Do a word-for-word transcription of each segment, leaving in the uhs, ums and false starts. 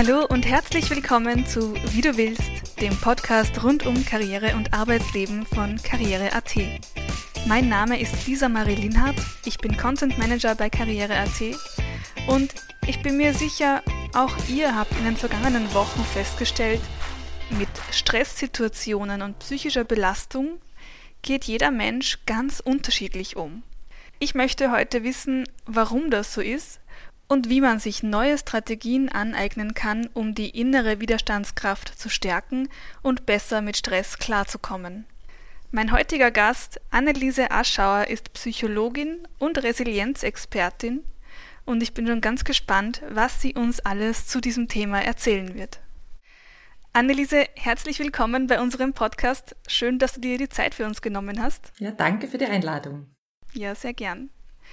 Hallo und herzlich willkommen zu Wie du willst, dem Podcast rund um Karriere und Arbeitsleben von Karriere Punkt at. Mein Name ist Lisa Marie Linhardt, ich bin Content Manager bei Karriere Punkt at und ich bin mir sicher, auch ihr habt in den vergangenen Wochen festgestellt, mit Stresssituationen und psychischer Belastung geht jeder Mensch ganz unterschiedlich um. Ich möchte heute wissen, warum das so ist und wie man sich neue Strategien aneignen kann, um die innere Widerstandskraft zu stärken und besser mit Stress klarzukommen. Mein heutiger Gast, Anneliese Aschauer, ist Psychologin und Resilienzexpertin und ich bin schon ganz gespannt, was sie uns alles zu diesem Thema erzählen wird. Anneliese, herzlich willkommen bei unserem Podcast. Schön, dass du dir die Zeit für uns genommen hast. Ja, danke für die Einladung. Ja, sehr gern.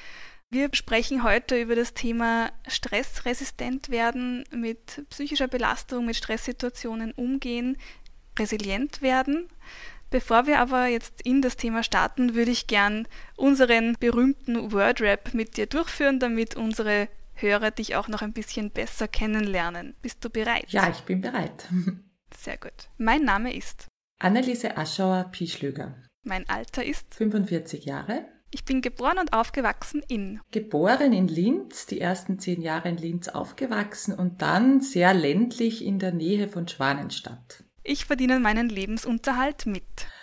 Wir sprechen heute über das Thema stressresistent werden, mit psychischer Belastung, mit Stresssituationen umgehen, resilient werden. Bevor wir aber jetzt in das Thema starten, würde ich gern unseren berühmten Wordrap mit dir durchführen, damit unsere Hörer dich auch noch ein bisschen besser kennenlernen. Bist du bereit? Ja, ich bin bereit. Sehr gut. Mein Name ist Anneliese Aschauer-Pischlöger. Mein Alter ist fünfundvierzig Jahre. Ich bin geboren und aufgewachsen in Geboren in Linz, die ersten zehn Jahre in Linz aufgewachsen und dann sehr ländlich in der Nähe von Schwanenstadt. Ich verdiene meinen Lebensunterhalt mit.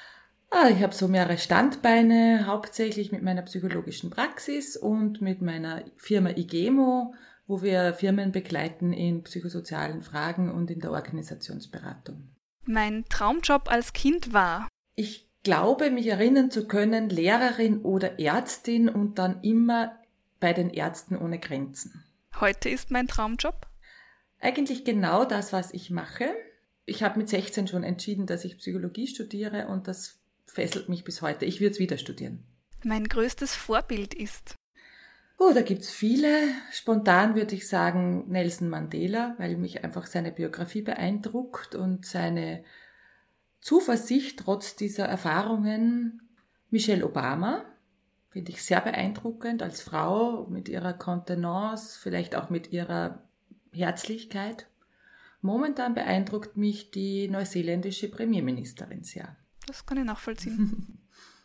Ah, ich habe so mehrere Standbeine, hauptsächlich mit meiner psychologischen Praxis und mit meiner Firma IGEMO, wo wir Firmen begleiten in psychosozialen Fragen und in der Organisationsberatung. Mein Traumjob als Kind war: Ich glaube, mich erinnern zu können, Lehrerin oder Ärztin und dann immer bei den Ärzten ohne Grenzen. Heute ist mein Traumjob? Eigentlich genau das, was ich mache. Ich habe mit sechzehn schon entschieden, dass ich Psychologie studiere und das fesselt mich bis heute. Ich würde es wieder studieren. Mein größtes Vorbild ist? Oh, da gibt's viele. Spontan würde ich sagen Nelson Mandela, weil mich einfach seine Biografie beeindruckt und seine Zuversicht trotz dieser Erfahrungen. Michelle Obama finde ich sehr beeindruckend als Frau mit ihrer Kontenance, vielleicht auch mit ihrer Herzlichkeit. Momentan beeindruckt mich die neuseeländische Premierministerin sehr. Das kann ich nachvollziehen.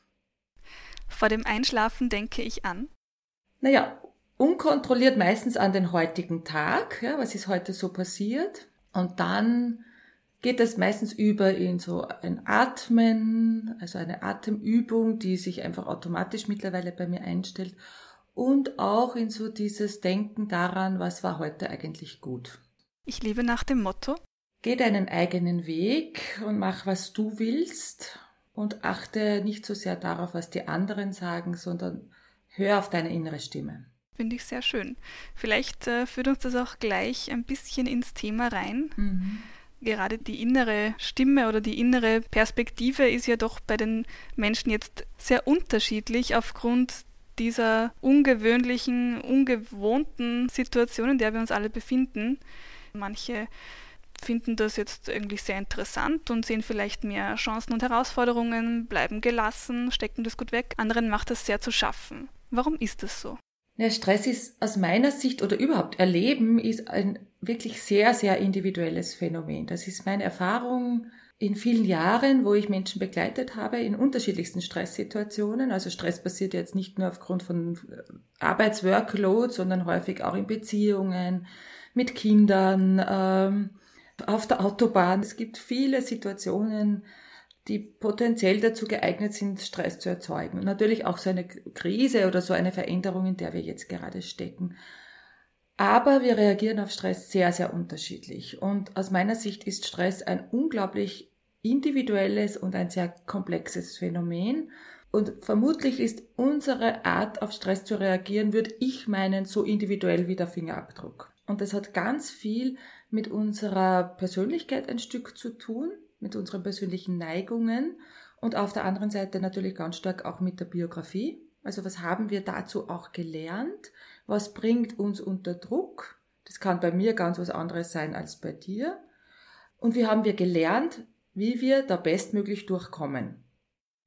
Vor dem Einschlafen denke ich an? Naja, unkontrolliert meistens an den heutigen Tag, ja, was ist heute so passiert, und dann geht das meistens über in so ein Atmen, also eine Atemübung, die sich einfach automatisch mittlerweile bei mir einstellt, und auch in so dieses Denken daran, was war heute eigentlich gut. Ich lebe nach dem Motto: Geh deinen eigenen Weg und mach, was du willst, und achte nicht so sehr darauf, was die anderen sagen, sondern hör auf deine innere Stimme. Finde ich sehr schön. Vielleicht äh, führt uns das auch gleich ein bisschen ins Thema rein. Mhm. Gerade die innere Stimme oder die innere Perspektive ist ja doch bei den Menschen jetzt sehr unterschiedlich aufgrund dieser ungewöhnlichen, ungewohnten Situation, in der wir uns alle befinden. Manche finden das jetzt irgendwie sehr interessant und sehen vielleicht mehr Chancen und Herausforderungen, bleiben gelassen, stecken das gut weg. Anderen macht das sehr zu schaffen. Warum ist das so? Ja, Stress ist aus meiner Sicht oder überhaupt Erleben ist ein wirklich sehr, sehr individuelles Phänomen. Das ist meine Erfahrung in vielen Jahren, wo ich Menschen begleitet habe in unterschiedlichsten Stresssituationen. Also Stress passiert jetzt nicht nur aufgrund von Arbeitsworkload, sondern häufig auch in Beziehungen, mit Kindern, ähm, auf der Autobahn. Es gibt viele Situationen, die potenziell dazu geeignet sind, Stress zu erzeugen. Und natürlich auch so eine Krise oder so eine Veränderung, in der wir jetzt gerade stecken. Aber wir reagieren auf Stress sehr, sehr unterschiedlich. Und aus meiner Sicht ist Stress ein unglaublich individuelles und ein sehr komplexes Phänomen. Und vermutlich ist unsere Art, auf Stress zu reagieren, würde ich meinen, so individuell wie der Fingerabdruck. Und das hat ganz viel mit unserer Persönlichkeit ein Stück zu tun, mit unseren persönlichen Neigungen und auf der anderen Seite natürlich ganz stark auch mit der Biografie. Also was haben wir dazu auch gelernt? Was bringt uns unter Druck? Das kann bei mir ganz was anderes sein als bei dir. Und wie haben wir gelernt, wie wir da bestmöglich durchkommen?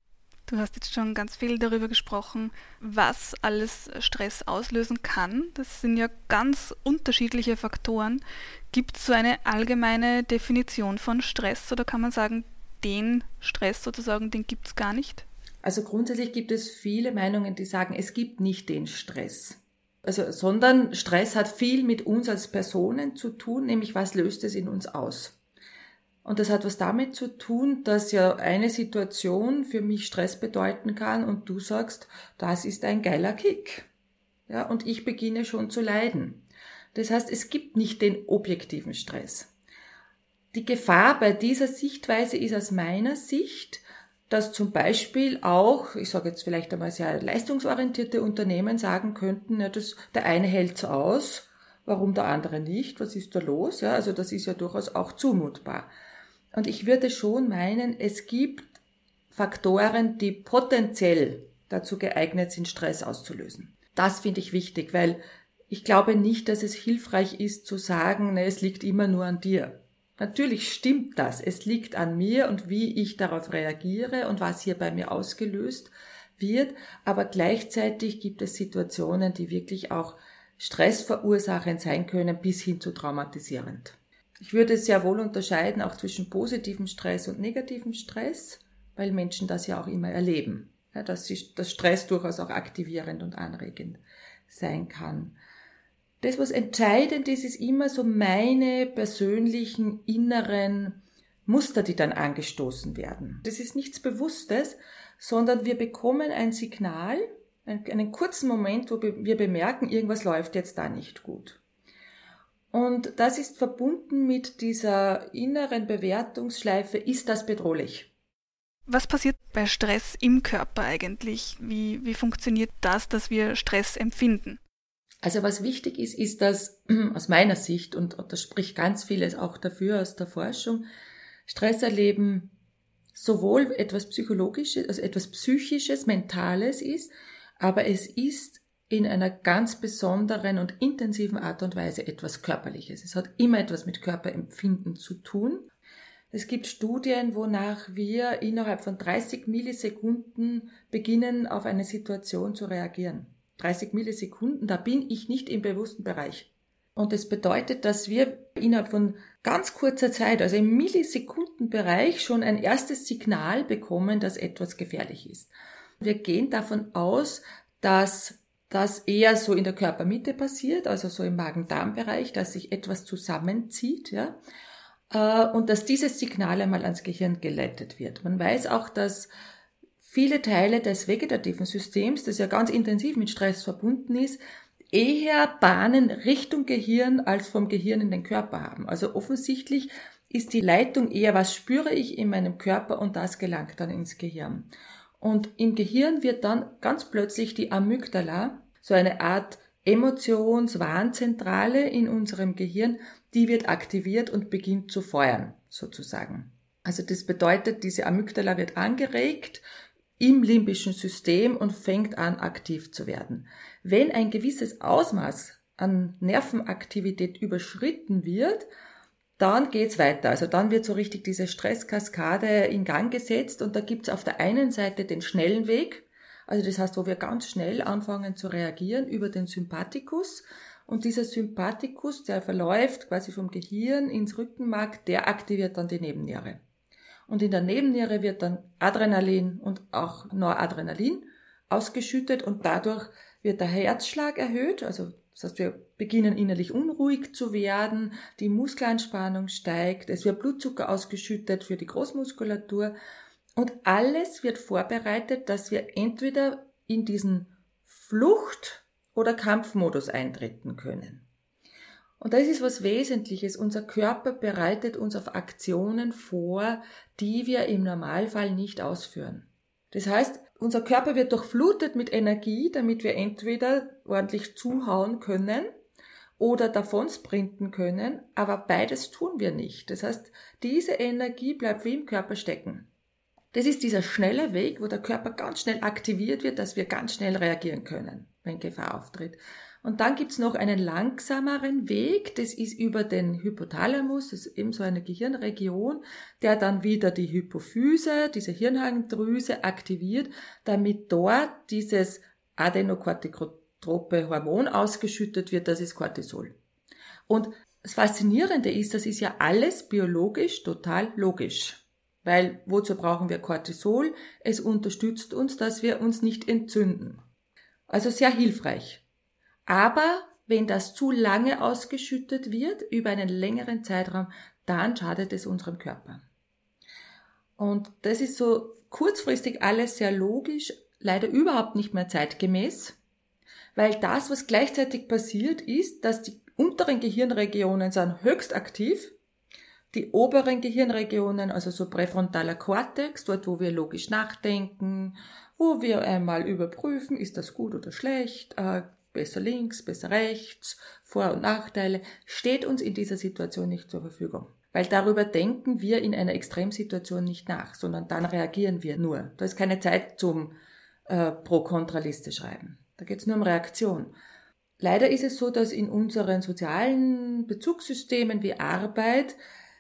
Du hast jetzt schon ganz viel darüber gesprochen, was alles Stress auslösen kann. Das sind ja ganz unterschiedliche Faktoren. Gibt es so eine allgemeine Definition von Stress oder kann man sagen, den Stress sozusagen, den gibt es gar nicht? Also grundsätzlich gibt es viele Meinungen, die sagen, es gibt nicht den Stress. Also, sondern Stress hat viel mit uns als Personen zu tun, nämlich was löst es in uns aus. Und das hat was damit zu tun, dass ja eine Situation für mich Stress bedeuten kann und du sagst, das ist ein geiler Kick. Ja, und ich beginne schon zu leiden. Das heißt, es gibt nicht den objektiven Stress. Die Gefahr bei dieser Sichtweise ist aus meiner Sicht, dass zum Beispiel auch, ich sage jetzt vielleicht einmal sehr leistungsorientierte Unternehmen sagen könnten, ja, das, der eine hält so aus, warum der andere nicht, was ist da los? Ja, also das ist ja durchaus auch zumutbar. Und ich würde schon meinen, es gibt Faktoren, die potenziell dazu geeignet sind, Stress auszulösen. Das finde ich wichtig, weil ich glaube nicht, dass es hilfreich ist zu sagen, ne, es liegt immer nur an dir. Natürlich stimmt das. Es liegt an mir und wie ich darauf reagiere und was hier bei mir ausgelöst wird. Aber gleichzeitig gibt es Situationen, die wirklich auch stressverursachend sein können, bis hin zu traumatisierend. Ich würde sehr wohl unterscheiden, auch zwischen positivem Stress und negativem Stress, weil Menschen das ja auch immer erleben, ja, dass das Stress durchaus auch aktivierend und anregend sein kann. Das, was entscheidend ist, ist immer so meine persönlichen inneren Muster, die dann angestoßen werden. Das ist nichts Bewusstes, sondern wir bekommen ein Signal, einen kurzen Moment, wo wir bemerken, irgendwas läuft jetzt da nicht gut. Und das ist verbunden mit dieser inneren Bewertungsschleife, ist das bedrohlich? Was passiert bei Stress im Körper eigentlich? Wie, wie funktioniert das, dass wir Stress empfinden? Also was wichtig ist, ist, dass aus meiner Sicht, und das spricht ganz vieles auch dafür aus der Forschung, Stress erleben sowohl etwas Psychologisches, also etwas Psychisches, Mentales ist, aber es ist in einer ganz besonderen und intensiven Art und Weise etwas Körperliches. Es hat immer etwas mit Körperempfinden zu tun. Es gibt Studien, wonach wir innerhalb von dreißig Millisekunden beginnen, auf eine Situation zu reagieren. dreißig Millisekunden, da bin ich nicht im bewussten Bereich. Und das bedeutet, dass wir innerhalb von ganz kurzer Zeit, also im Millisekundenbereich, schon ein erstes Signal bekommen, dass etwas gefährlich ist. Wir gehen davon aus, dass das eher so in der Körpermitte passiert, also so im Magen-Darm-Bereich, dass sich etwas zusammenzieht, ja, und dass dieses Signal einmal ans Gehirn geleitet wird. Man weiß auch, dass viele Teile des vegetativen Systems, das ja ganz intensiv mit Stress verbunden ist, eher Bahnen Richtung Gehirn als vom Gehirn in den Körper haben. Also offensichtlich ist die Leitung eher, was spüre ich in meinem Körper, und das gelangt dann ins Gehirn. Und im Gehirn wird dann ganz plötzlich die Amygdala, so eine Art Emotions-Warnzentrale in unserem Gehirn, die wird aktiviert und beginnt zu feuern, sozusagen. Also das bedeutet, diese Amygdala wird angeregt im limbischen System und fängt an, aktiv zu werden. Wenn ein gewisses Ausmaß an Nervenaktivität überschritten wird, dann geht's weiter. Also dann wird so richtig diese Stresskaskade in Gang gesetzt, und da gibt's auf der einen Seite den schnellen Weg, also das heißt, wo wir ganz schnell anfangen zu reagieren über den Sympathikus, und dieser Sympathikus, der verläuft quasi vom Gehirn ins Rückenmark, der aktiviert dann die Nebenniere. Und in der Nebenniere wird dann Adrenalin und auch Noradrenalin ausgeschüttet, und dadurch wird der Herzschlag erhöht, also das heißt, wir beginnen innerlich unruhig zu werden, die Muskelanspannung steigt, es wird Blutzucker ausgeschüttet für die Großmuskulatur, und alles wird vorbereitet, dass wir entweder in diesen Flucht- oder Kampfmodus eintreten können. Und das ist was Wesentliches. Unser Körper bereitet uns auf Aktionen vor, die wir im Normalfall nicht ausführen. Das heißt, unser Körper wird durchflutet mit Energie, damit wir entweder ordentlich zuhauen können oder davon sprinten können, aber beides tun wir nicht. Das heißt, diese Energie bleibt wie im Körper stecken. Das ist dieser schnelle Weg, wo der Körper ganz schnell aktiviert wird, dass wir ganz schnell reagieren können. wenn Gefahr auftritt. Und dann gibt's noch einen langsameren Weg, das ist über den Hypothalamus, das ist eben so eine Gehirnregion, der dann wieder die Hypophyse, diese Hirnhangdrüse aktiviert, damit dort dieses adenokortikotrope Hormon ausgeschüttet wird, das ist Cortisol. Und das Faszinierende ist, das ist ja alles biologisch total logisch. Weil wozu brauchen wir Cortisol? Es unterstützt uns, dass wir uns nicht entzünden. Also sehr hilfreich. Aber wenn das zu lange ausgeschüttet wird, über einen längeren Zeitraum, dann schadet es unserem Körper. Und das ist so kurzfristig alles sehr logisch, leider überhaupt nicht mehr zeitgemäß, weil das, was gleichzeitig passiert, ist, dass die unteren Gehirnregionen sind höchst aktiv, die oberen Gehirnregionen, also so präfrontaler Kortex, dort wo wir logisch nachdenken, wo wir einmal überprüfen, ist das gut oder schlecht, äh, besser links, besser rechts, Vor- und Nachteile, steht uns in dieser Situation nicht zur Verfügung. Weil darüber denken wir in einer Extremsituation nicht nach, sondern dann reagieren wir nur. Da ist keine Zeit zum äh, Pro-Kontra-Liste schreiben. Da geht es nur um Reaktion. Leider ist es so, dass in unseren sozialen Bezugssystemen wie Arbeit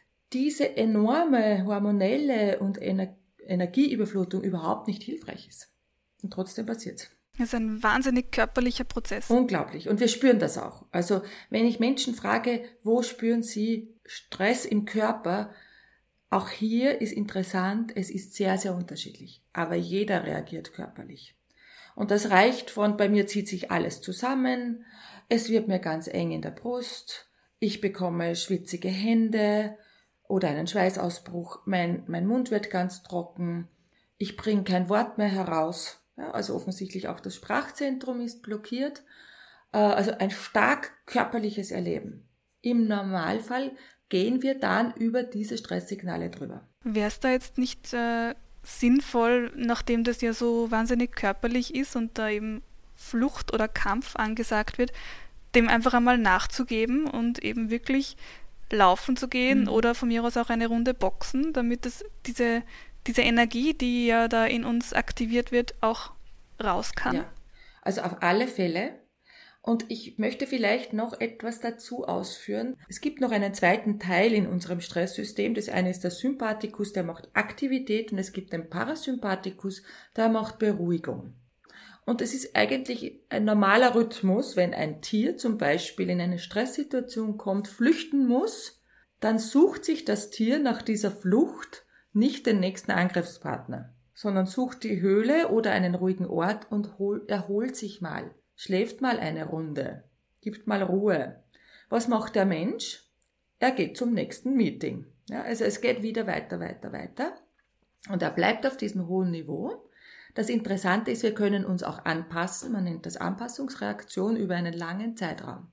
diese enorme hormonelle und Ener- Energieüberflutung überhaupt nicht hilfreich ist. Und trotzdem passiert es. Das ist ein wahnsinnig körperlicher Prozess. Unglaublich. Und wir spüren das auch. Also wenn ich Menschen frage, wo spüren sie Stress im Körper, auch hier ist interessant, es ist sehr, sehr unterschiedlich. Aber jeder reagiert körperlich. Und das reicht von, bei mir zieht sich alles zusammen, es wird mir ganz eng in der Brust, ich bekomme schwitzige Hände oder einen Schweißausbruch, mein, mein Mund wird ganz trocken, ich bringe kein Wort mehr heraus. Ja, also offensichtlich auch das Sprachzentrum ist blockiert. Also ein stark körperliches Erleben. Im Normalfall gehen wir dann über diese Stresssignale drüber. Wäre es da jetzt nicht äh, sinnvoll, nachdem das ja so wahnsinnig körperlich ist und da eben Flucht oder Kampf angesagt wird, dem einfach einmal nachzugeben und eben wirklich laufen zu gehen mhm. oder von mir aus auch eine Runde boxen, damit es diese diese Energie, die ja da in uns aktiviert wird, auch raus kann? Ja, also auf alle Fälle. Und ich möchte vielleicht noch etwas dazu ausführen. Es gibt noch einen zweiten Teil in unserem Stresssystem. Das eine ist der Sympathikus, der macht Aktivität, und es gibt den Parasympathikus, der macht Beruhigung. Und es ist eigentlich ein normaler Rhythmus, wenn ein Tier zum Beispiel in eine Stresssituation kommt, flüchten muss, dann sucht sich das Tier nach dieser Flucht nicht den nächsten Angriffspartner, sondern sucht die Höhle oder einen ruhigen Ort und hol, erholt sich mal, schläft mal eine Runde, gibt mal Ruhe. Was macht der Mensch? Er geht zum nächsten Meeting. Ja, also es geht wieder weiter, weiter, weiter und er bleibt auf diesem hohen Niveau. Das Interessante ist, wir können uns auch anpassen, man nennt das Anpassungsreaktion über einen langen Zeitraum.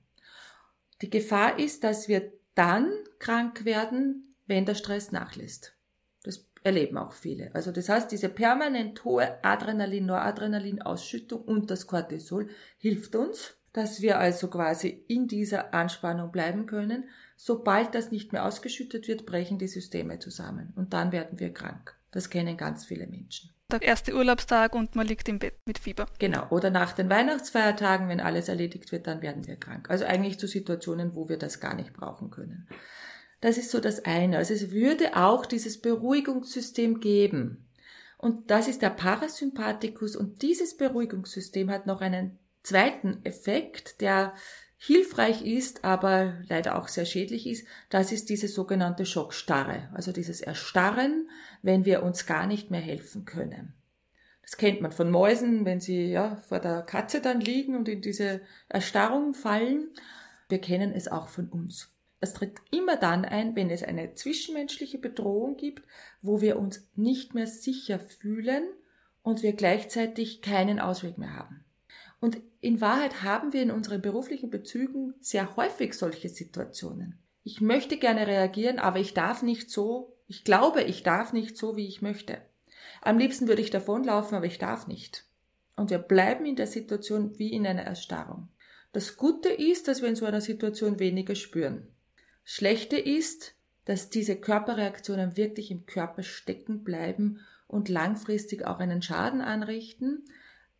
Die Gefahr ist, dass wir dann krank werden, wenn der Stress nachlässt. Das erleben auch viele. Also das heißt, diese permanent hohe Adrenalin, Noradrenalin-Ausschüttung und das Cortisol hilft uns, dass wir also quasi in dieser Anspannung bleiben können. Sobald das nicht mehr ausgeschüttet wird, brechen die Systeme zusammen und dann werden wir krank. Das kennen ganz viele Menschen. Der erste Urlaubstag und man liegt im Bett mit Fieber. Genau. Oder nach den Weihnachtsfeiertagen, wenn alles erledigt wird, dann werden wir krank. Also eigentlich zu Situationen, wo wir das gar nicht brauchen können. Das ist so das eine. Also es würde auch dieses Beruhigungssystem geben. Und das ist der Parasympathikus. Und dieses Beruhigungssystem hat noch einen zweiten Effekt, der hilfreich ist, aber leider auch sehr schädlich ist. Das ist diese sogenannte Schockstarre. Also dieses Erstarren, wenn wir uns gar nicht mehr helfen können. Das kennt man von Mäusen, wenn sie ja vor der Katze dann liegen und in diese Erstarrung fallen. Wir kennen es auch von uns. Es tritt immer dann ein, wenn es eine zwischenmenschliche Bedrohung gibt, wo wir uns nicht mehr sicher fühlen und wir gleichzeitig keinen Ausweg mehr haben. Und in Wahrheit haben wir in unseren beruflichen Bezügen sehr häufig solche Situationen. Ich möchte gerne reagieren, aber ich darf nicht so, ich glaube, ich darf nicht so, wie ich möchte. Am liebsten würde ich davonlaufen, aber ich darf nicht. Und wir bleiben in der Situation wie in einer Erstarrung. Das Gute ist, dass wir in so einer Situation weniger spüren. Schlechte ist, dass diese Körperreaktionen wirklich im Körper stecken bleiben und langfristig auch einen Schaden anrichten.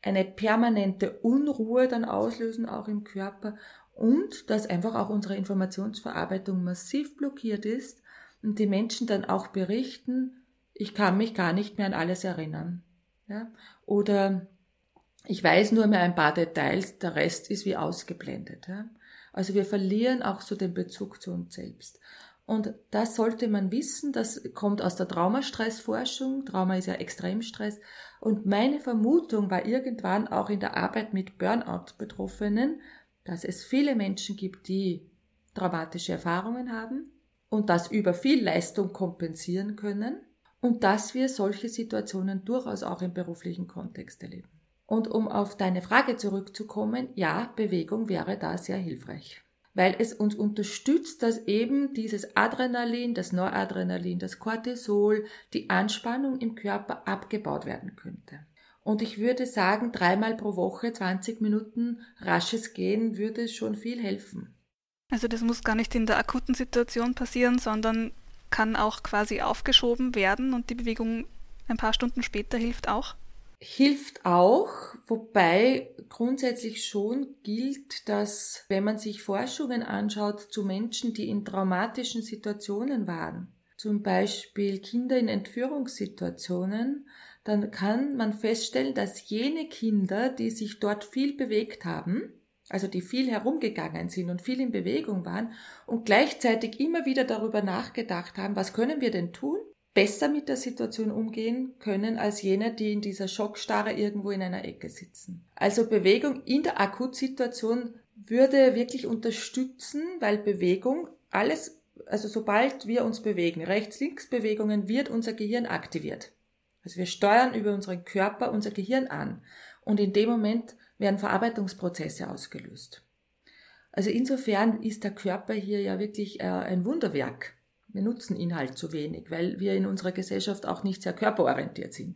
eine permanente Unruhe dann auslösen, auch im Körper, und dass einfach auch unsere Informationsverarbeitung massiv blockiert ist und die Menschen dann auch berichten, ich kann mich gar nicht mehr an alles erinnern. Ja? Oder ich weiß nur mehr ein paar Details, der Rest ist wie ausgeblendet. Ja? Also wir verlieren auch so den Bezug zu uns selbst. Und das sollte man wissen, das kommt aus der Traumastressforschung. Trauma ist ja Extremstress. Und meine Vermutung war irgendwann auch in der Arbeit mit Burnout-Betroffenen, dass es viele Menschen gibt, die traumatische Erfahrungen haben und das über viel Leistung kompensieren können und dass wir solche Situationen durchaus auch im beruflichen Kontext erleben. Und um auf deine Frage zurückzukommen, ja, Bewegung wäre da sehr hilfreich, weil es uns unterstützt, dass eben dieses Adrenalin, das Noradrenalin, das Cortisol, die Anspannung im Körper abgebaut werden könnte. Und ich würde sagen, dreimal pro Woche, zwanzig Minuten rasches Gehen würde schon viel helfen. Also das muss gar nicht in der akuten Situation passieren, sondern kann auch quasi aufgeschoben werden und die Bewegung ein paar Stunden später hilft auch? Hilft auch, wobei grundsätzlich schon gilt, dass wenn man sich Forschungen anschaut zu Menschen, die in traumatischen Situationen waren, zum Beispiel Kinder in Entführungssituationen, dann kann man feststellen, dass jene Kinder, die sich dort viel bewegt haben, also die viel herumgegangen sind und viel in Bewegung waren und gleichzeitig immer wieder darüber nachgedacht haben, was können wir denn tun, besser mit der Situation umgehen können als jene, die in dieser Schockstarre irgendwo in einer Ecke sitzen. Also Bewegung in der Akutsituation würde wirklich unterstützen, weil Bewegung alles, also sobald wir uns bewegen, Rechts-Links-Bewegungen, wird unser Gehirn aktiviert. Also wir steuern über unseren Körper unser Gehirn an und in dem Moment werden Verarbeitungsprozesse ausgelöst. Also insofern ist der Körper hier ja wirklich äh, ein Wunderwerk. Wir nutzen ihn halt zu wenig, weil wir in unserer Gesellschaft auch nicht sehr körperorientiert sind.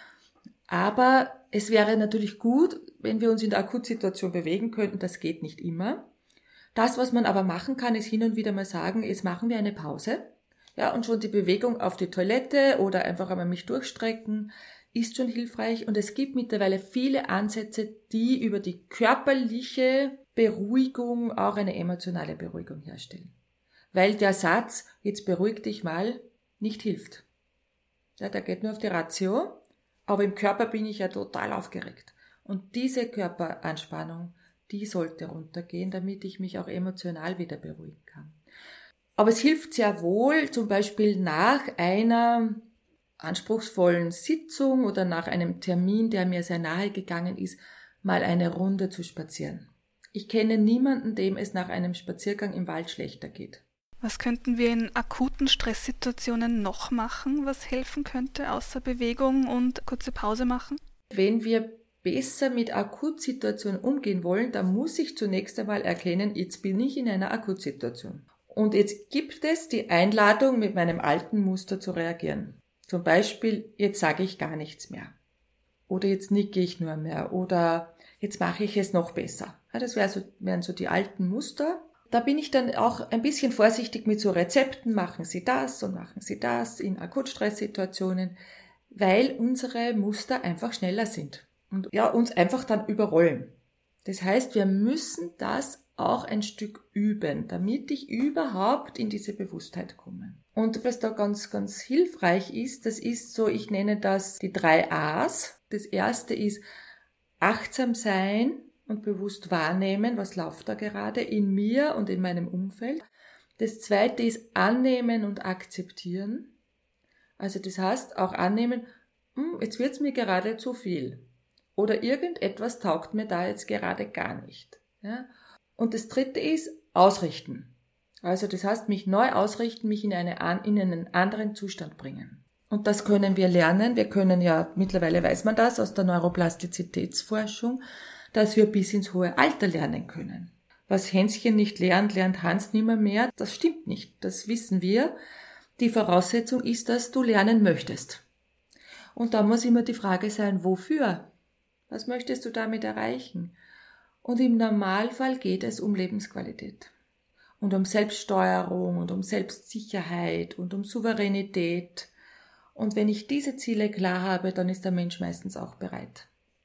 Aber es wäre natürlich gut, wenn wir uns in der Akutsituation bewegen könnten. Das geht nicht immer. Das, was man aber machen kann, ist hin und wieder mal sagen, jetzt machen wir eine Pause. Ja, und schon die Bewegung auf die Toilette oder einfach einmal mich durchstrecken ist schon hilfreich. Und es gibt mittlerweile viele Ansätze, die über die körperliche Beruhigung auch eine emotionale Beruhigung herstellen. Weil der Satz, jetzt beruhig dich mal, nicht hilft. Ja, der geht nur auf die Ratio, aber im Körper bin ich ja total aufgeregt. Und diese Körperanspannung, die sollte runtergehen, damit ich mich auch emotional wieder beruhigen kann. Aber es hilft sehr wohl, zum Beispiel nach einer anspruchsvollen Sitzung oder nach einem Termin, der mir sehr nahe gegangen ist, mal eine Runde zu spazieren. Ich kenne niemanden, dem es nach einem Spaziergang im Wald schlechter geht. Was könnten wir in akuten Stresssituationen noch machen, was helfen könnte, außer Bewegung und kurze Pause machen? Wenn wir besser mit Akutsituationen umgehen wollen, dann muss ich zunächst einmal erkennen, jetzt bin ich in einer Akutsituation. Und jetzt gibt es die Einladung, mit meinem alten Muster zu reagieren. Zum Beispiel, jetzt sage ich gar nichts mehr. Oder jetzt nicke ich nur mehr. Oder jetzt mache ich es noch besser. Ja, das wären so, wären so die alten Muster. Da bin ich dann auch ein bisschen vorsichtig mit so Rezepten. Machen Sie das und machen Sie das in Akutstresssituationen, weil unsere Muster einfach schneller sind und ja, uns einfach dann überrollen. Das heißt, wir müssen das auch ein Stück üben, damit ich überhaupt in diese Bewusstheit komme. Und was da ganz, ganz hilfreich ist, das ist so, ich nenne das die drei A's. Das erste ist achtsam sein und bewusst wahrnehmen, was läuft da gerade in mir und in meinem Umfeld. Das zweite ist annehmen und akzeptieren. Also das heißt auch annehmen, jetzt wird's mir gerade zu viel. Oder irgendetwas taugt mir da jetzt gerade gar nicht. Ja? Und das dritte ist ausrichten. Also das heißt, mich neu ausrichten, mich in, eine, in einen anderen Zustand bringen. Und das können wir lernen. Wir können ja, mittlerweile weiß man das aus der Neuroplastizitätsforschung, dass wir bis ins hohe Alter lernen können. Was Hänschen nicht lernt, lernt Hans nimmer mehr. Das stimmt nicht. Das wissen wir. Die Voraussetzung ist, dass du lernen möchtest. Und da muss immer die Frage sein, wofür? Was möchtest du damit erreichen? Und im Normalfall geht es um Lebensqualität und um Selbststeuerung und um Selbstsicherheit und um Souveränität. Und wenn ich diese Ziele klar habe, dann ist der Mensch meistens auch bereit.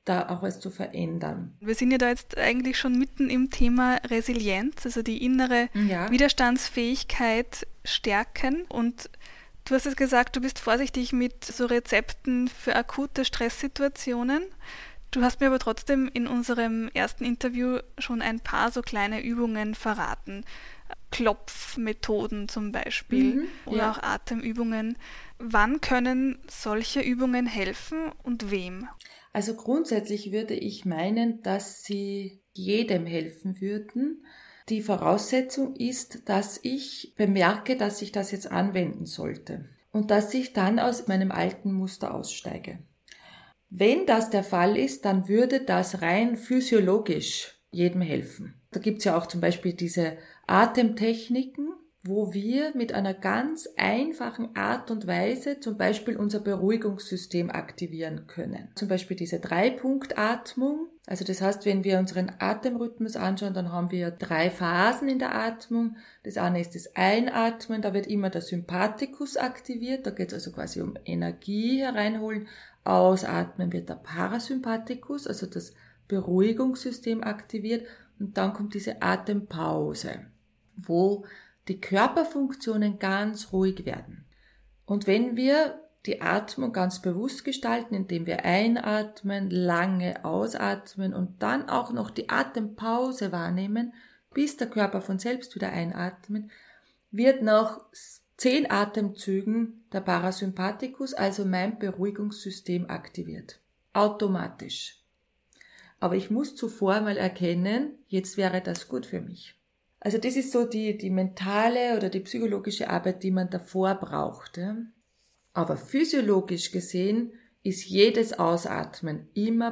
da auch was zu verändern. Wir sind ja da jetzt eigentlich schon mitten im Thema Resilienz, also die innere ja. Widerstandsfähigkeit stärken. Und du hast es gesagt, du bist vorsichtig mit so Rezepten für akute Stresssituationen. Du hast mir aber trotzdem in unserem ersten Interview schon ein paar so kleine Übungen verraten. Klopfmethoden zum Beispiel mhm, oder ja. auch Atemübungen. Wann können solche Übungen helfen und wem? Also grundsätzlich würde ich meinen, dass sie jedem helfen würden. Die Voraussetzung ist, dass ich bemerke, dass ich das jetzt anwenden sollte und dass ich dann aus meinem alten Muster aussteige. Wenn das der Fall ist, dann würde das rein physiologisch jedem helfen. Da gibt es ja auch zum Beispiel diese Atemtechniken, wo wir mit einer ganz einfachen Art und Weise zum Beispiel unser Beruhigungssystem aktivieren können. Zum Beispiel diese Drei-Punkt-Atmung. Also das heißt, wenn wir unseren Atemrhythmus anschauen, dann haben wir drei Phasen in der Atmung. Das eine ist das Einatmen, da wird immer der Sympathikus aktiviert. Da geht es also quasi um Energie hereinholen. Ausatmen wird der Parasympathikus, also das Beruhigungssystem aktiviert. Und dann kommt diese Atempause, wo die Körperfunktionen ganz ruhig werden. Und wenn wir die Atmung ganz bewusst gestalten, indem wir einatmen, lange ausatmen und dann auch noch die Atempause wahrnehmen, bis der Körper von selbst wieder einatmet, wird nach zehn Atemzügen der Parasympathikus, also mein Beruhigungssystem, aktiviert. Automatisch. Aber ich muss zuvor mal erkennen, jetzt wäre das gut für mich. Also das ist so die, die mentale oder die psychologische Arbeit, die man davor braucht. Ja. Aber physiologisch gesehen ist jedes Ausatmen immer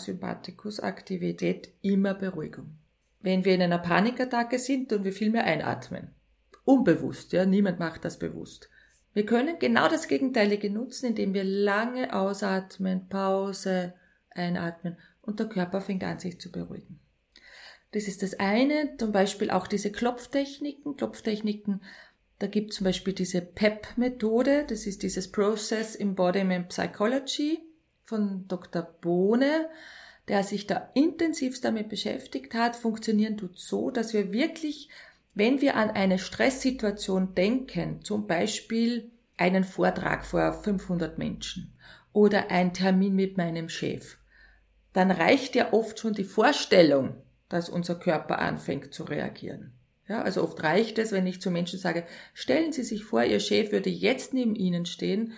Parasympathikus-Aktivität, immer Beruhigung. Wenn wir in einer Panikattacke sind, tun wir viel mehr einatmen. Unbewusst, ja, niemand macht das bewusst. Wir können genau das Gegenteilige nutzen, indem wir lange ausatmen, Pause, einatmen und der Körper fängt an, sich zu beruhigen. Das ist das eine, zum Beispiel auch diese Klopftechniken. Klopftechniken, da gibt es zum Beispiel diese P E P-Methode, das ist dieses Process Embodiment Psychology von Doktor Bohne, der sich da intensivst damit beschäftigt hat. Funktionieren tut so, dass wir wirklich, wenn wir an eine Stresssituation denken, zum Beispiel einen Vortrag vor fünfhundert Menschen oder einen Termin mit meinem Chef, dann reicht ja oft schon die Vorstellung, dass unser Körper anfängt zu reagieren. Ja, also oft reicht es, wenn ich zu Menschen sage, stellen Sie sich vor, Ihr Chef würde jetzt neben Ihnen stehen,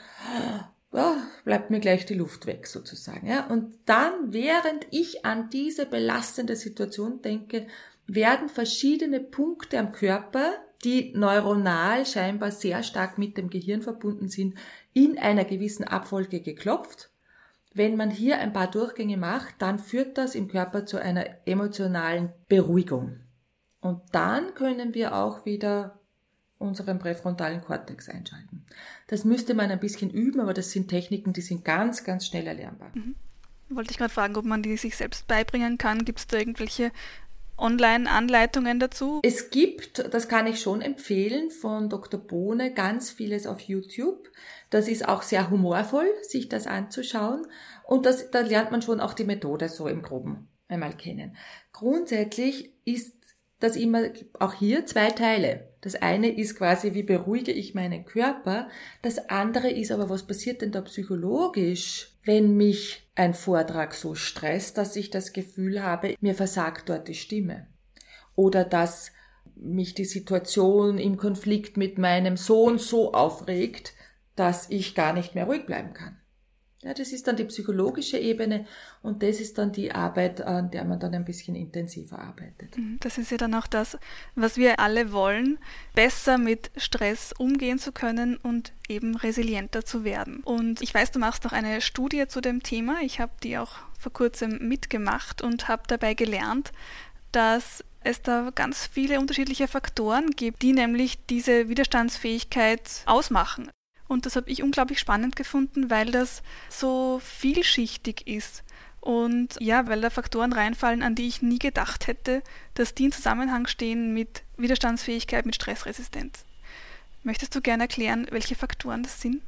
oh, bleibt mir gleich die Luft weg sozusagen. Ja, und dann, während ich an diese belastende Situation denke, werden verschiedene Punkte am Körper, die neuronal scheinbar sehr stark mit dem Gehirn verbunden sind, in einer gewissen Abfolge geklopft. Wenn man hier ein paar Durchgänge macht, dann führt das im Körper zu einer emotionalen Beruhigung. Und dann können wir auch wieder unseren präfrontalen Kortex einschalten. Das müsste man ein bisschen üben, aber das sind Techniken, die sind ganz, ganz schnell erlernbar. Mhm. Wollte ich gerade fragen, ob man die sich selbst beibringen kann. Gibt es da irgendwelche Online-Anleitungen dazu? Es gibt, das kann ich schon empfehlen, von Doktor Bohne ganz vieles auf YouTube. Das ist auch sehr humorvoll, sich das anzuschauen. Und das, da lernt man schon auch die Methode so im Groben einmal kennen. Grundsätzlich ist das immer auch hier zwei Teile. Das eine ist quasi, wie beruhige ich meinen Körper. Das andere ist aber, was passiert denn da psychologisch, wenn mich ein Vortrag so stresst, dass ich das Gefühl habe, mir versagt dort die Stimme. Oder dass mich die Situation im Konflikt mit meinem Sohn so aufregt, dass ich gar nicht mehr ruhig bleiben kann. Ja, das ist dann die psychologische Ebene und das ist dann die Arbeit, an der man dann ein bisschen intensiver arbeitet. Das ist ja dann auch das, was wir alle wollen, besser mit Stress umgehen zu können und eben resilienter zu werden. Und ich weiß, du machst noch eine Studie zu dem Thema. Ich habe die auch vor kurzem mitgemacht und habe dabei gelernt, dass es da ganz viele unterschiedliche Faktoren gibt, die nämlich diese Widerstandsfähigkeit ausmachen. Und das habe ich unglaublich spannend gefunden, weil das so vielschichtig ist. Und ja, weil da Faktoren reinfallen, an die ich nie gedacht hätte, dass die in Zusammenhang stehen mit Widerstandsfähigkeit, mit Stressresistenz. Möchtest du gerne erklären, welche Faktoren das sind?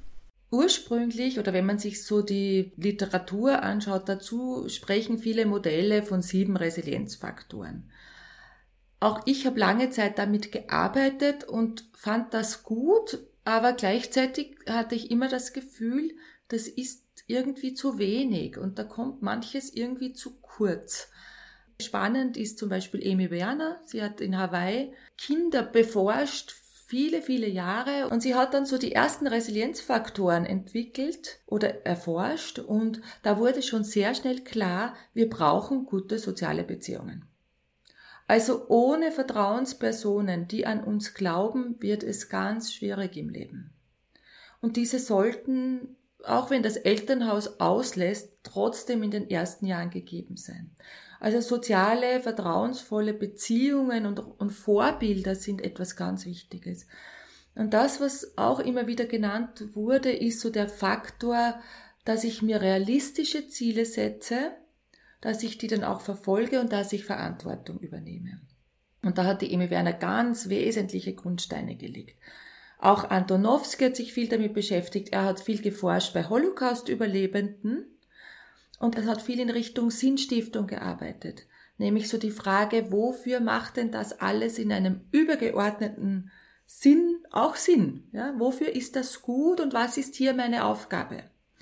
Ursprünglich, oder wenn man sich so die Literatur anschaut, dazu sprechen viele Modelle von sieben Resilienzfaktoren. Auch ich habe lange Zeit damit gearbeitet und fand das gut, aber gleichzeitig hatte ich immer das Gefühl, das ist irgendwie zu wenig und da kommt manches irgendwie zu kurz. Spannend ist zum Beispiel Amy Werner, sie hat in Hawaii Kinder beforscht, viele, viele Jahre, und sie hat dann so die ersten Resilienzfaktoren entwickelt oder erforscht, und da wurde schon sehr schnell klar, wir brauchen gute soziale Beziehungen. Also ohne Vertrauenspersonen, die an uns glauben, wird es ganz schwierig im Leben. Und diese sollten, auch wenn das Elternhaus auslässt, trotzdem in den ersten Jahren gegeben sein. Also soziale, vertrauensvolle Beziehungen und, und Vorbilder sind etwas ganz Wichtiges. Und das, was auch immer wieder genannt wurde, ist so der Faktor, dass ich mir realistische Ziele setze, dass ich die dann auch verfolge und dass ich Verantwortung übernehme. Und da hat die Amy Werner ganz wesentliche Grundsteine gelegt. Auch Antonowski hat sich viel damit beschäftigt. Er hat viel geforscht bei Holocaust-Überlebenden. Und er hat viel in Richtung Sinnstiftung gearbeitet. Nämlich so die Frage, wofür macht denn das alles in einem übergeordneten Sinn auch Sinn? Ja, wofür ist das gut und was ist hier meine Aufgabe?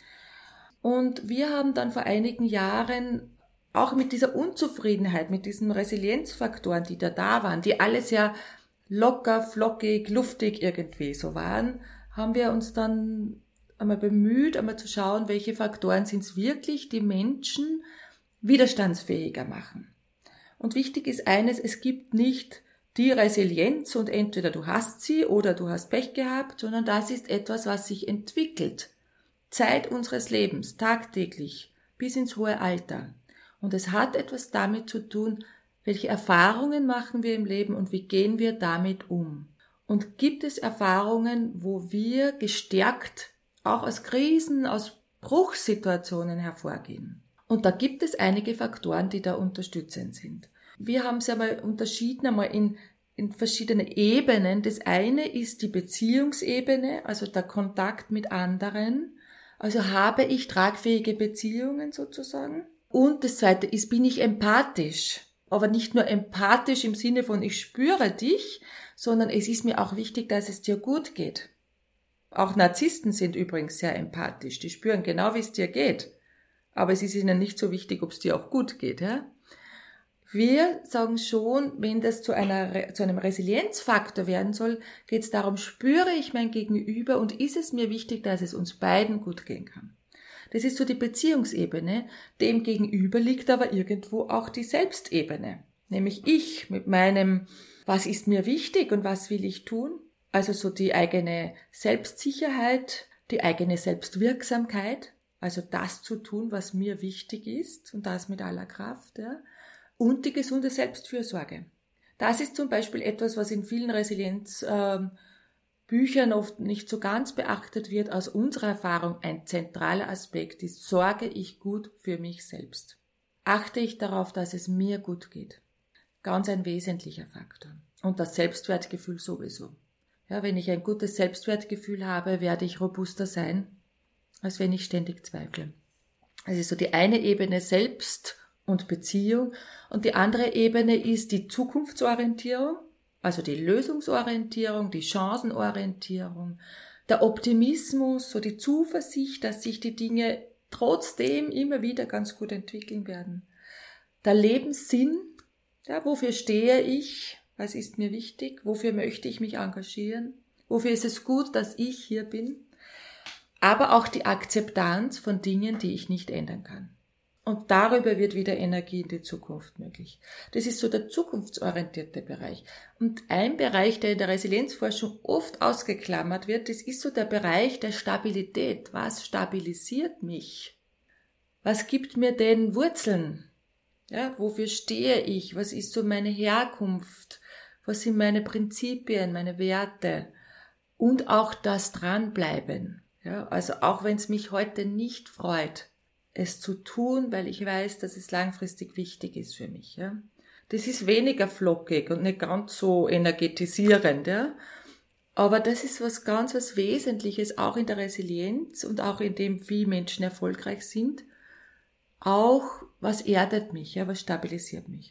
Und wir haben dann vor einigen Jahren auch mit dieser Unzufriedenheit, mit diesen Resilienzfaktoren, die da da waren, die alle sehr locker, flockig, luftig irgendwie so waren, haben wir uns dann einmal bemüht, einmal zu schauen, welche Faktoren sind es wirklich, die Menschen widerstandsfähiger machen. Und wichtig ist eines, es gibt nicht die Resilienz und entweder du hast sie oder du hast Pech gehabt, sondern das ist etwas, was sich entwickelt. Zeit unseres Lebens, tagtäglich, bis ins hohe Alter. Und es hat etwas damit zu tun, welche Erfahrungen machen wir im Leben und wie gehen wir damit um. Und gibt es Erfahrungen, wo wir gestärkt auch aus Krisen, aus Bruchsituationen hervorgehen. Und da gibt es einige Faktoren, die da unterstützend sind. Wir haben es einmal unterschieden, einmal in, in verschiedene Ebenen. Das eine ist die Beziehungsebene, also der Kontakt mit anderen. Also habe ich tragfähige Beziehungen sozusagen. Und das zweite ist, bin ich empathisch. Aber nicht nur empathisch im Sinne von ich spüre dich, sondern es ist mir auch wichtig, dass es dir gut geht. Auch Narzissten sind übrigens sehr empathisch. Die spüren genau, wie es dir geht. Aber es ist ihnen nicht so wichtig, ob es dir auch gut geht. Ja? Wir sagen schon, wenn das zu, einer, zu einem Resilienzfaktor werden soll, geht es darum, spüre ich mein Gegenüber und ist es mir wichtig, dass es uns beiden gut gehen kann. Das ist so die Beziehungsebene. Dem gegenüber liegt aber irgendwo auch die Selbstebene. Nämlich ich mit meinem, was ist mir wichtig und was will ich tun? Also so die eigene Selbstsicherheit, die eigene Selbstwirksamkeit, also das zu tun, was mir wichtig ist und das mit aller Kraft, ja. Und die gesunde Selbstfürsorge. Das ist zum Beispiel etwas, was in vielen Resilienzbüchern ähm, oft nicht so ganz beachtet wird. Aus unserer Erfahrung ein zentraler Aspekt ist, sorge ich gut für mich selbst. Achte ich darauf, dass es mir gut geht. Ganz ein wesentlicher Faktor. Und das Selbstwertgefühl sowieso. Ja, wenn ich ein gutes Selbstwertgefühl habe, werde ich robuster sein, als wenn ich ständig zweifle. Also so die eine Ebene Selbst und Beziehung und die andere Ebene ist die Zukunftsorientierung, also die Lösungsorientierung, die Chancenorientierung, der Optimismus, so die Zuversicht, dass sich die Dinge trotzdem immer wieder ganz gut entwickeln werden. Der Lebenssinn, ja, wofür stehe ich? Was ist mir wichtig? Wofür möchte ich mich engagieren? Wofür ist es gut, dass ich hier bin? Aber auch die Akzeptanz von Dingen, die ich nicht ändern kann. Und darüber wird wieder Energie in die Zukunft möglich. Das ist so der zukunftsorientierte Bereich. Und ein Bereich, der in der Resilienzforschung oft ausgeklammert wird, das ist so der Bereich der Stabilität. Was stabilisiert mich? Was gibt mir denn Wurzeln? Ja, wofür stehe ich? Was ist so meine Herkunft? Was sind meine Prinzipien, meine Werte? Und auch das Dranbleiben. Ja, also auch wenn es mich heute nicht freut, es zu tun, weil ich weiß, dass es langfristig wichtig ist für mich. Ja. Das ist weniger flockig und nicht ganz so energetisierend. Ja. Aber das ist was ganz was Wesentliches, auch in der Resilienz und auch in dem, wie Menschen erfolgreich sind. Auch was erdet mich, ja, was stabilisiert mich.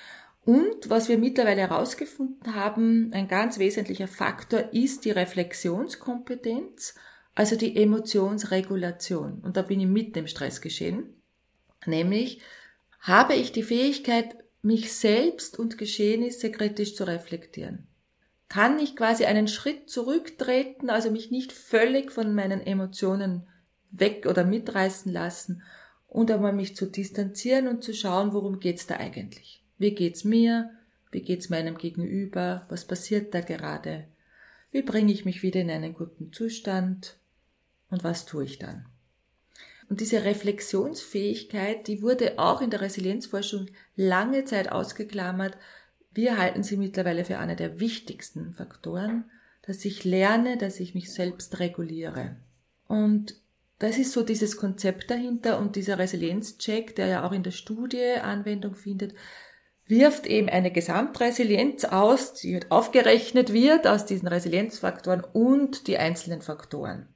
Und was wir mittlerweile herausgefunden haben, ein ganz wesentlicher Faktor ist die Reflexionskompetenz, also die Emotionsregulation. Und da bin ich mitten im Stressgeschehen. Nämlich, habe ich die Fähigkeit, mich selbst und Geschehnisse kritisch zu reflektieren? Kann ich quasi einen Schritt zurücktreten, also mich nicht völlig von meinen Emotionen weg oder mitreißen lassen und einmal mich zu distanzieren und zu schauen, worum geht's da eigentlich? Wie geht's mir? Wie geht's meinem Gegenüber? Was passiert da gerade? Wie bringe ich mich wieder in einen guten Zustand? Und was tue ich dann? Und diese Reflexionsfähigkeit, die wurde auch in der Resilienzforschung lange Zeit ausgeklammert. Wir halten sie mittlerweile für eine der wichtigsten Faktoren, dass ich lerne, dass ich mich selbst reguliere. Und das ist so dieses Konzept dahinter, und dieser Resilienzcheck, der ja auch in der Studie Anwendung findet, wirft eben eine Gesamtresilienz aus, die aufgerechnet wird aus diesen Resilienzfaktoren und die einzelnen Faktoren.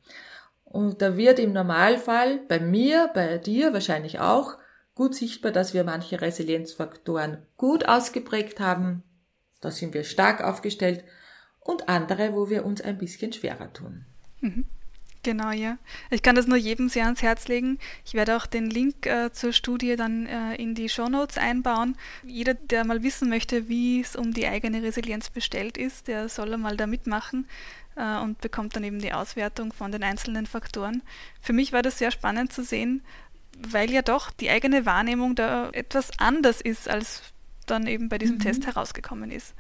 Und da wird im Normalfall bei mir, bei dir wahrscheinlich auch, gut sichtbar, dass wir manche Resilienzfaktoren gut ausgeprägt haben, da sind wir stark aufgestellt, und andere, wo wir uns ein bisschen schwerer tun. Mhm. Genau, ja. Ich kann das nur jedem sehr ans Herz legen. Ich werde auch den Link äh, zur Studie dann äh, in die Shownotes einbauen. Jeder, der mal wissen möchte, wie es um die eigene Resilienz bestellt ist, der soll einmal da mitmachen äh, und bekommt dann eben die Auswertung von den einzelnen Faktoren. Für mich war das sehr spannend zu sehen, weil ja doch die eigene Wahrnehmung da etwas anders ist, als dann eben bei diesem mhm. Test herausgekommen ist.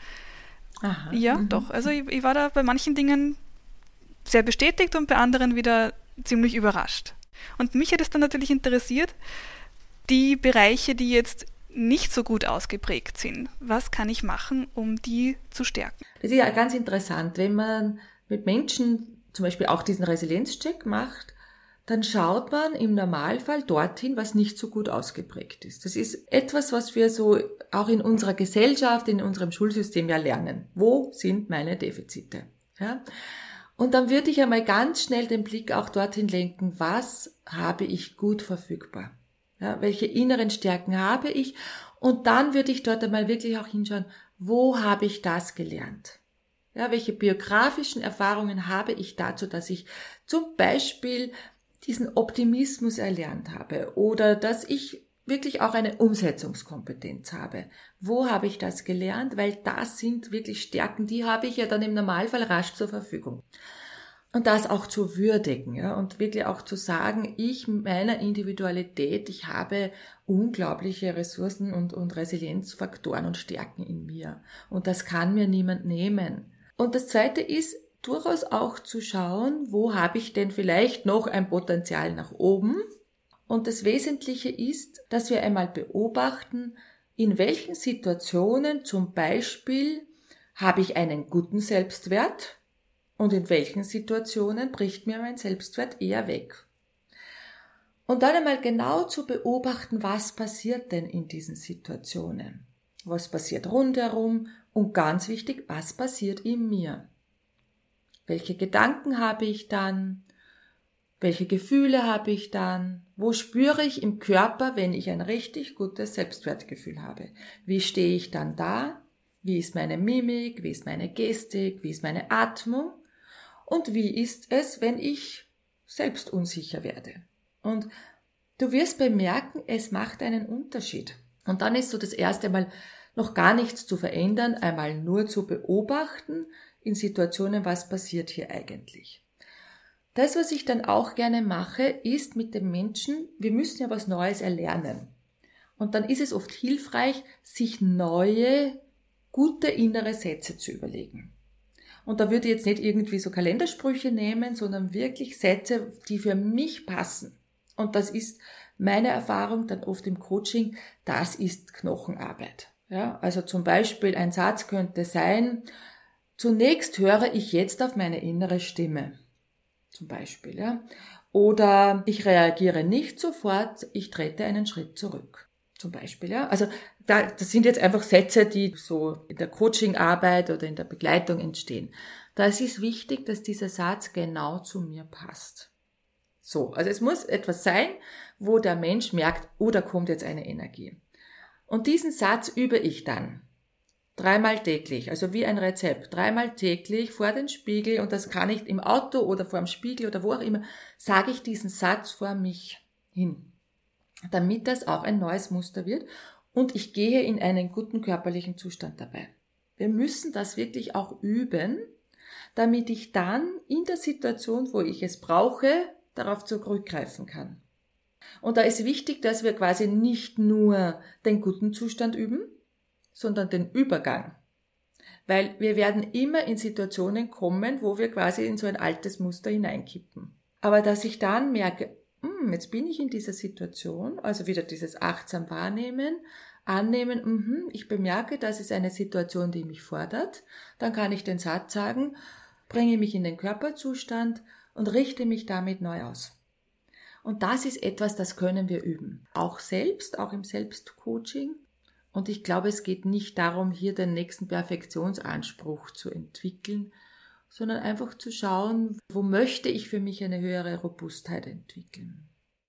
Aha, ja, mhm. doch. Also ich, ich war da bei manchen Dingen sehr bestätigt und bei anderen wieder ziemlich überrascht. Und mich hat es dann natürlich interessiert, die Bereiche, die jetzt nicht so gut ausgeprägt sind. Was kann ich machen, um die zu stärken? Das ist ja ganz interessant, wenn man mit Menschen zum Beispiel auch diesen Resilienzcheck macht, dann schaut man im Normalfall dorthin, was nicht so gut ausgeprägt ist. Das ist etwas, was wir so auch in unserer Gesellschaft, in unserem Schulsystem ja lernen. Wo sind meine Defizite? Ja? Und dann würde ich einmal ganz schnell den Blick auch dorthin lenken, was habe ich gut verfügbar? Ja, welche inneren Stärken habe ich? Und dann würde ich dort einmal wirklich auch hinschauen, wo habe ich das gelernt? Ja, welche biografischen Erfahrungen habe ich dazu, dass ich zum Beispiel diesen Optimismus erlernt habe oder dass ich wirklich auch eine Umsetzungskompetenz habe. Wo habe ich das gelernt? Weil das sind wirklich Stärken, die habe ich ja dann im Normalfall rasch zur Verfügung. Und das auch zu würdigen, ja, und wirklich auch zu sagen, ich mit meiner Individualität, ich habe unglaubliche Ressourcen und, und Resilienzfaktoren und Stärken in mir. Und das kann mir niemand nehmen. Und das Zweite ist, durchaus auch zu schauen, wo habe ich denn vielleicht noch ein Potenzial nach oben. Und das Wesentliche ist, dass wir einmal beobachten, in welchen Situationen zum Beispiel habe ich einen guten Selbstwert und in welchen Situationen bricht mir mein Selbstwert eher weg. Und dann einmal genau zu beobachten, was passiert denn in diesen Situationen. Was passiert rundherum und ganz wichtig, was passiert in mir. Welche Gedanken habe ich dann? Welche Gefühle habe ich dann? Wo spüre ich im Körper, wenn ich ein richtig gutes Selbstwertgefühl habe? Wie stehe ich dann da? Wie ist meine Mimik? Wie ist meine Gestik? Wie ist meine Atmung? Und wie ist es, wenn ich selbst unsicher werde? Und du wirst bemerken, es macht einen Unterschied. Und dann ist so das erste Mal noch gar nichts zu verändern, einmal nur zu beobachten in Situationen, was passiert hier eigentlich. Das, was ich dann auch gerne mache, ist mit dem Menschen, wir müssen ja was Neues erlernen. Und dann ist es oft hilfreich, sich neue, gute innere Sätze zu überlegen. Und da würde ich jetzt nicht irgendwie so Kalendersprüche nehmen, sondern wirklich Sätze, die für mich passen. Und das ist meine Erfahrung dann oft im Coaching, das ist Knochenarbeit. Ja, also zum Beispiel ein Satz könnte sein, zunächst höre ich jetzt auf meine innere Stimme. Zum Beispiel, ja. Oder ich reagiere nicht sofort, ich trete einen Schritt zurück. Zum Beispiel, ja. Also da, das sind jetzt einfach Sätze, die so in der Coachingarbeit oder in der Begleitung entstehen. Da ist es wichtig, dass dieser Satz genau zu mir passt. So, also es muss etwas sein, wo der Mensch merkt, oh, da kommt jetzt eine Energie. Und diesen Satz übe ich dann dreimal täglich, also wie ein Rezept, dreimal täglich vor den Spiegel, und das kann ich im Auto oder vor dem Spiegel oder wo auch immer, sage ich diesen Satz vor mich hin, damit das auch ein neues Muster wird und ich gehe in einen guten körperlichen Zustand dabei. Wir müssen das wirklich auch üben, damit ich dann in der Situation, wo ich es brauche, darauf zurückgreifen kann. Und da ist wichtig, dass wir quasi nicht nur den guten Zustand üben, sondern den Übergang. Weil wir werden immer in Situationen kommen, wo wir quasi in so ein altes Muster hineinkippen. Aber dass ich dann merke, hm, jetzt bin ich in dieser Situation, also wieder dieses achtsam wahrnehmen, annehmen, mh, ich bemerke, das ist eine Situation, die mich fordert, dann kann ich den Satz sagen, bringe mich in den Körperzustand und richte mich damit neu aus. Und das ist etwas, das können wir üben. Auch selbst, auch im Selbstcoaching. Und ich glaube, es geht nicht darum, hier den nächsten Perfektionsanspruch zu entwickeln, sondern einfach zu schauen, wo möchte ich für mich eine höhere Robustheit entwickeln.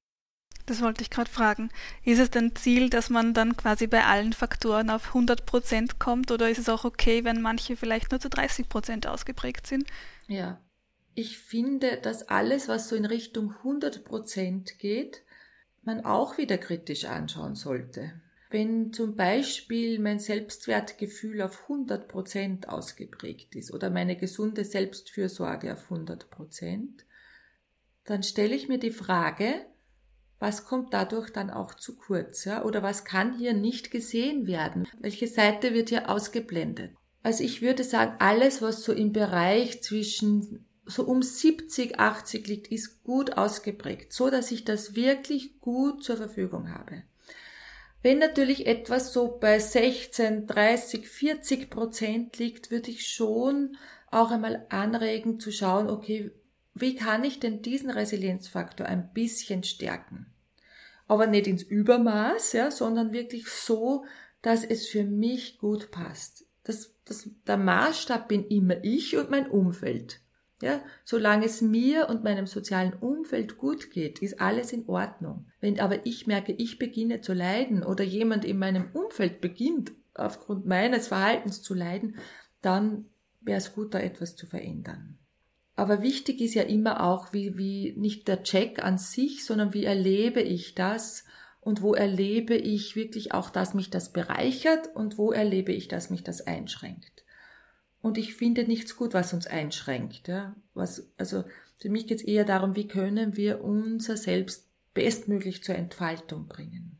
Das wollte ich gerade fragen. Ist es denn Ziel, dass man dann quasi bei allen Faktoren auf hundert Prozent kommt, oder ist es auch okay, wenn manche vielleicht nur zu dreißig Prozent ausgeprägt sind? Ja, ich finde, dass alles, was so in Richtung hundert Prozent geht, man auch wieder kritisch anschauen sollte. Wenn zum Beispiel mein Selbstwertgefühl auf hundert Prozent ausgeprägt ist oder meine gesunde Selbstfürsorge auf hundert Prozent, dann stelle ich mir die Frage, was kommt dadurch dann auch zu kurz, ja? Oder was kann hier nicht gesehen werden? Welche Seite wird hier ausgeblendet? Also ich würde sagen, alles, was so im Bereich zwischen so um siebzig, achtzig liegt, ist gut ausgeprägt, so dass ich das wirklich gut zur Verfügung habe. Wenn natürlich etwas so bei sechzehn, dreißig, vierzig Prozent liegt, würde ich schon auch einmal anregen zu schauen, okay, wie kann ich denn diesen Resilienzfaktor ein bisschen stärken? Aber nicht ins Übermaß, ja, sondern wirklich so, dass es für mich gut passt. Das, das, der Maßstab bin immer ich und mein Umfeld. Ja, solange es mir und meinem sozialen Umfeld gut geht, ist alles in Ordnung. Wenn aber ich merke, ich beginne zu leiden oder jemand in meinem Umfeld beginnt, aufgrund meines Verhaltens zu leiden, dann wäre es gut, da etwas zu verändern. Aber wichtig ist ja immer auch, wie, wie nicht der Check an sich, sondern wie erlebe ich das und wo erlebe ich wirklich auch, dass mich das bereichert und wo erlebe ich, dass mich das einschränkt. Und ich finde nichts gut, was uns einschränkt. Ja. Was, also für mich geht es eher darum, wie können wir unser Selbst bestmöglich zur Entfaltung bringen.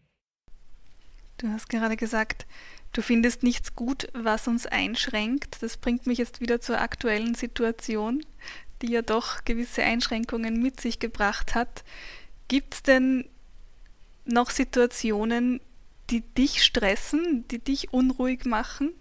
Du hast gerade gesagt, du findest nichts gut, was uns einschränkt. Das bringt mich jetzt wieder zur aktuellen Situation, die ja doch gewisse Einschränkungen mit sich gebracht hat. Gibt es denn noch Situationen, die dich stressen, die dich unruhig machen?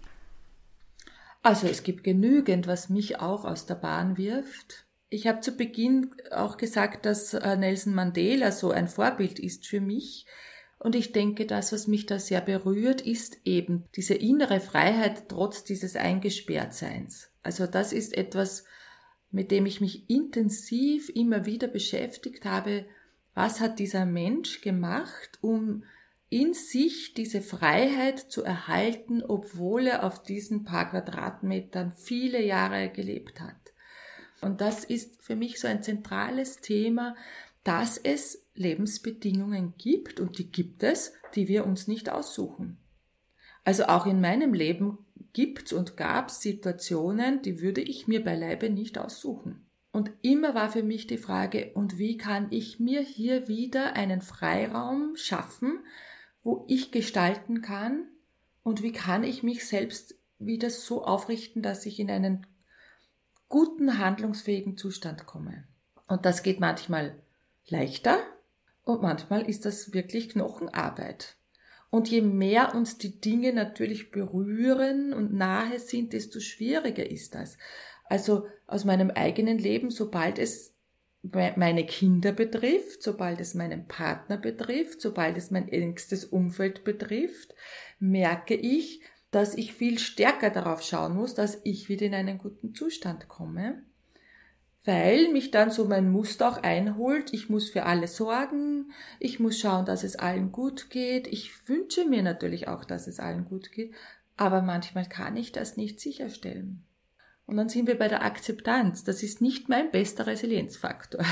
Also es gibt genügend, was mich auch aus der Bahn wirft. Ich habe zu Beginn auch gesagt, dass Nelson Mandela so ein Vorbild ist für mich. Und ich denke, das, was mich da sehr berührt, ist eben diese innere Freiheit trotz dieses Eingesperrtseins. Also das ist etwas, mit dem ich mich intensiv immer wieder beschäftigt habe. Was hat dieser Mensch gemacht, um in sich diese Freiheit zu erhalten, obwohl er auf diesen paar Quadratmetern viele Jahre gelebt hat. Und das ist für mich so ein zentrales Thema, dass es Lebensbedingungen gibt, und die gibt es, die wir uns nicht aussuchen. Also auch in meinem Leben gibt's und gab's Situationen, die würde ich mir beileibe nicht aussuchen. Und immer war für mich die Frage, und wie kann ich mir hier wieder einen Freiraum schaffen, wo ich gestalten kann, und wie kann ich mich selbst wieder so aufrichten, dass ich in einen guten, handlungsfähigen Zustand komme. Und das geht manchmal leichter und manchmal ist das wirklich Knochenarbeit. Und je mehr uns die Dinge natürlich berühren und nahe sind, desto schwieriger ist das. Also aus meinem eigenen Leben, sobald es meine Kinder betrifft, sobald es meinen Partner betrifft, sobald es mein engstes Umfeld betrifft, merke ich, dass ich viel stärker darauf schauen muss, dass ich wieder in einen guten Zustand komme, weil mich dann so mein Muster auch einholt. Ich muss für alle sorgen, ich muss schauen, dass es allen gut geht. Ich wünsche mir natürlich auch, dass es allen gut geht, aber manchmal kann ich das nicht sicherstellen. Und dann sind wir bei der Akzeptanz. Das ist nicht mein bester Resilienzfaktor.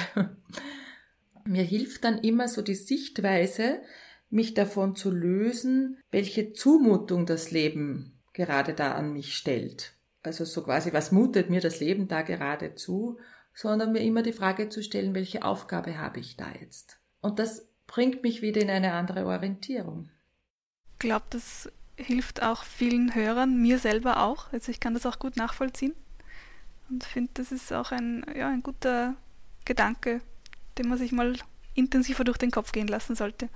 Mir hilft dann immer so die Sichtweise, mich davon zu lösen, welche Zumutung das Leben gerade da an mich stellt. Also so quasi, was mutet mir das Leben da gerade zu, sondern mir immer die Frage zu stellen, welche Aufgabe habe ich da jetzt? Und das bringt mich wieder in eine andere Orientierung. Ich glaube, das hilft auch vielen Hörern, mir selber auch. Also ich kann das auch gut nachvollziehen und finde, das ist auch ein, ja, ein guter Gedanke, den man sich mal intensiver durch den Kopf gehen lassen sollte.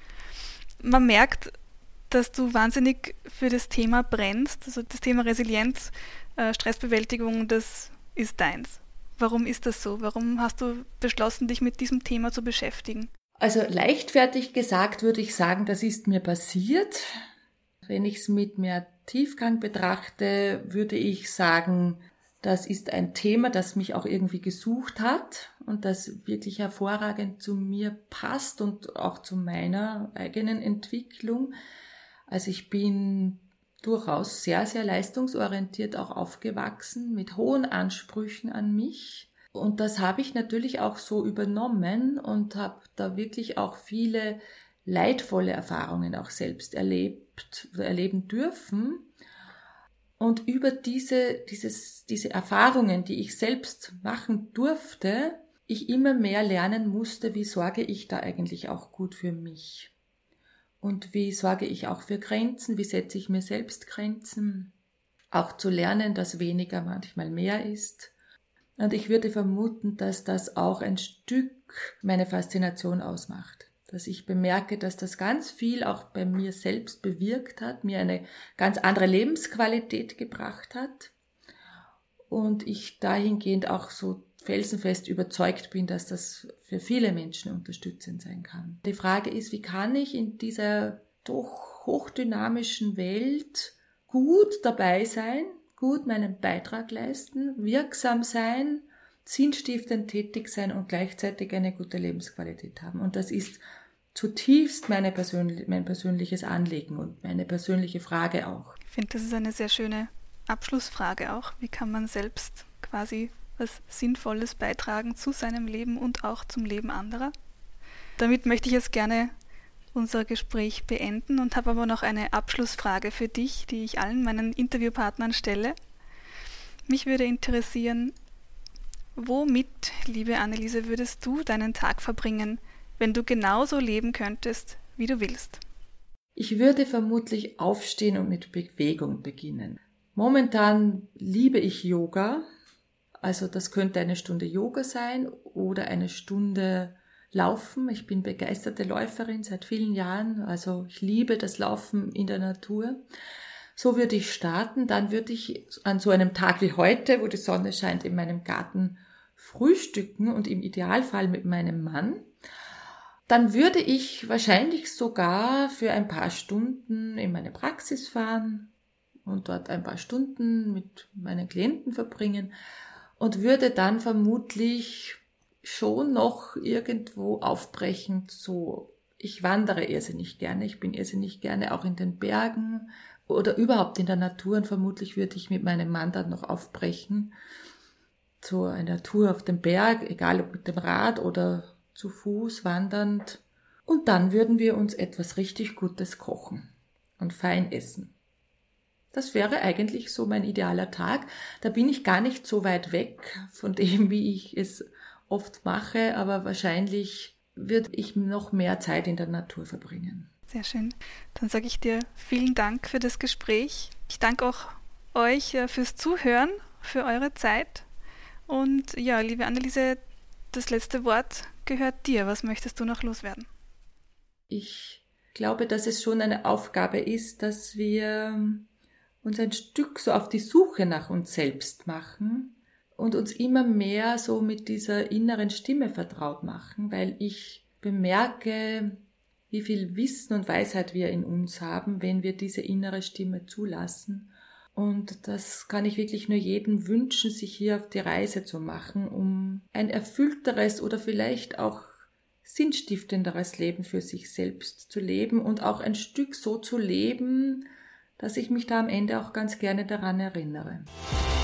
Man merkt, dass du wahnsinnig für das Thema brennst. Also das Thema Resilienz, äh, Stressbewältigung, das ist deins. Warum ist das so? Warum hast du beschlossen, dich mit diesem Thema zu beschäftigen? Also leichtfertig gesagt würde ich sagen, das ist mir passiert. Wenn ich es mit mehr Tiefgang betrachte, würde ich sagen, das ist ein Thema, das mich auch irgendwie gesucht hat und das wirklich hervorragend zu mir passt und auch zu meiner eigenen Entwicklung. Also ich bin durchaus sehr, sehr leistungsorientiert auch aufgewachsen, mit hohen Ansprüchen an mich. Und das habe ich natürlich auch so übernommen und habe da wirklich auch viele leidvolle Erfahrungen auch selbst erlebt, erleben dürfen. Und über diese, dieses, diese Erfahrungen, die ich selbst machen durfte, ich immer mehr lernen musste, wie sorge ich da eigentlich auch gut für mich. Und wie sorge ich auch für Grenzen, wie setze ich mir selbst Grenzen. Auch zu lernen, dass weniger manchmal mehr ist. Und ich würde vermuten, dass das auch ein Stück meine Faszination ausmacht. Dass ich bemerke, dass das ganz viel auch bei mir selbst bewirkt hat, mir eine ganz andere Lebensqualität gebracht hat und ich dahingehend auch so felsenfest überzeugt bin, dass das für viele Menschen unterstützend sein kann. Die Frage ist, wie kann ich in dieser doch hochdynamischen Welt gut dabei sein, gut meinen Beitrag leisten, wirksam sein, sinnstiftend tätig sein und gleichzeitig eine gute Lebensqualität haben. Und das ist zutiefst meine persönlich, mein persönliches Anliegen und meine persönliche Frage auch. Ich finde, das ist eine sehr schöne Abschlussfrage auch. Wie kann man selbst quasi was Sinnvolles beitragen zu seinem Leben und auch zum Leben anderer? Damit möchte ich jetzt gerne unser Gespräch beenden und habe aber noch eine Abschlussfrage für dich, die ich allen meinen Interviewpartnern stelle. Mich würde interessieren, womit, liebe Anneliese, würdest du deinen Tag verbringen, wenn du genauso leben könntest, wie du willst? Ich würde vermutlich aufstehen und mit Bewegung beginnen. Momentan liebe ich Yoga, also das könnte eine Stunde Yoga sein oder eine Stunde Laufen. Ich bin begeisterte Läuferin seit vielen Jahren, also ich liebe das Laufen in der Natur. So würde ich starten, dann würde ich an so einem Tag wie heute, wo die Sonne scheint, in meinem Garten frühstücken und im Idealfall mit meinem Mann. Dann würde ich wahrscheinlich sogar für ein paar Stunden in meine Praxis fahren und dort ein paar Stunden mit meinen Klienten verbringen und würde dann vermutlich schon noch irgendwo aufbrechen. So, ich wandere irrsinnig gerne, ich bin irrsinnig gerne auch in den Bergen oder überhaupt in der Natur und vermutlich würde ich mit meinem Mann dann noch aufbrechen zu einer Tour auf dem Berg, egal ob mit dem Rad oder zu Fuß, wandernd. Und dann würden wir uns etwas richtig Gutes kochen und fein essen. Das wäre eigentlich so mein idealer Tag. Da bin ich gar nicht so weit weg von dem, wie ich es oft mache, aber wahrscheinlich würde ich noch mehr Zeit in der Natur verbringen. Sehr schön. Dann sage ich dir vielen Dank für das Gespräch. Ich danke auch euch fürs Zuhören, für eure Zeit. Und ja, liebe Anneliese, das letzte Wort gehört dir. Was möchtest du noch loswerden? Ich glaube, dass es schon eine Aufgabe ist, dass wir uns ein Stück so auf die Suche nach uns selbst machen und uns immer mehr so mit dieser inneren Stimme vertraut machen, weil ich bemerke, wie viel Wissen und Weisheit wir in uns haben, wenn wir diese innere Stimme zulassen. Und das kann ich wirklich nur jedem wünschen, sich hier auf die Reise zu machen, um ein erfüllteres oder vielleicht auch sinnstiftenderes Leben für sich selbst zu leben und auch ein Stück so zu leben, dass ich mich da am Ende auch ganz gerne daran erinnere.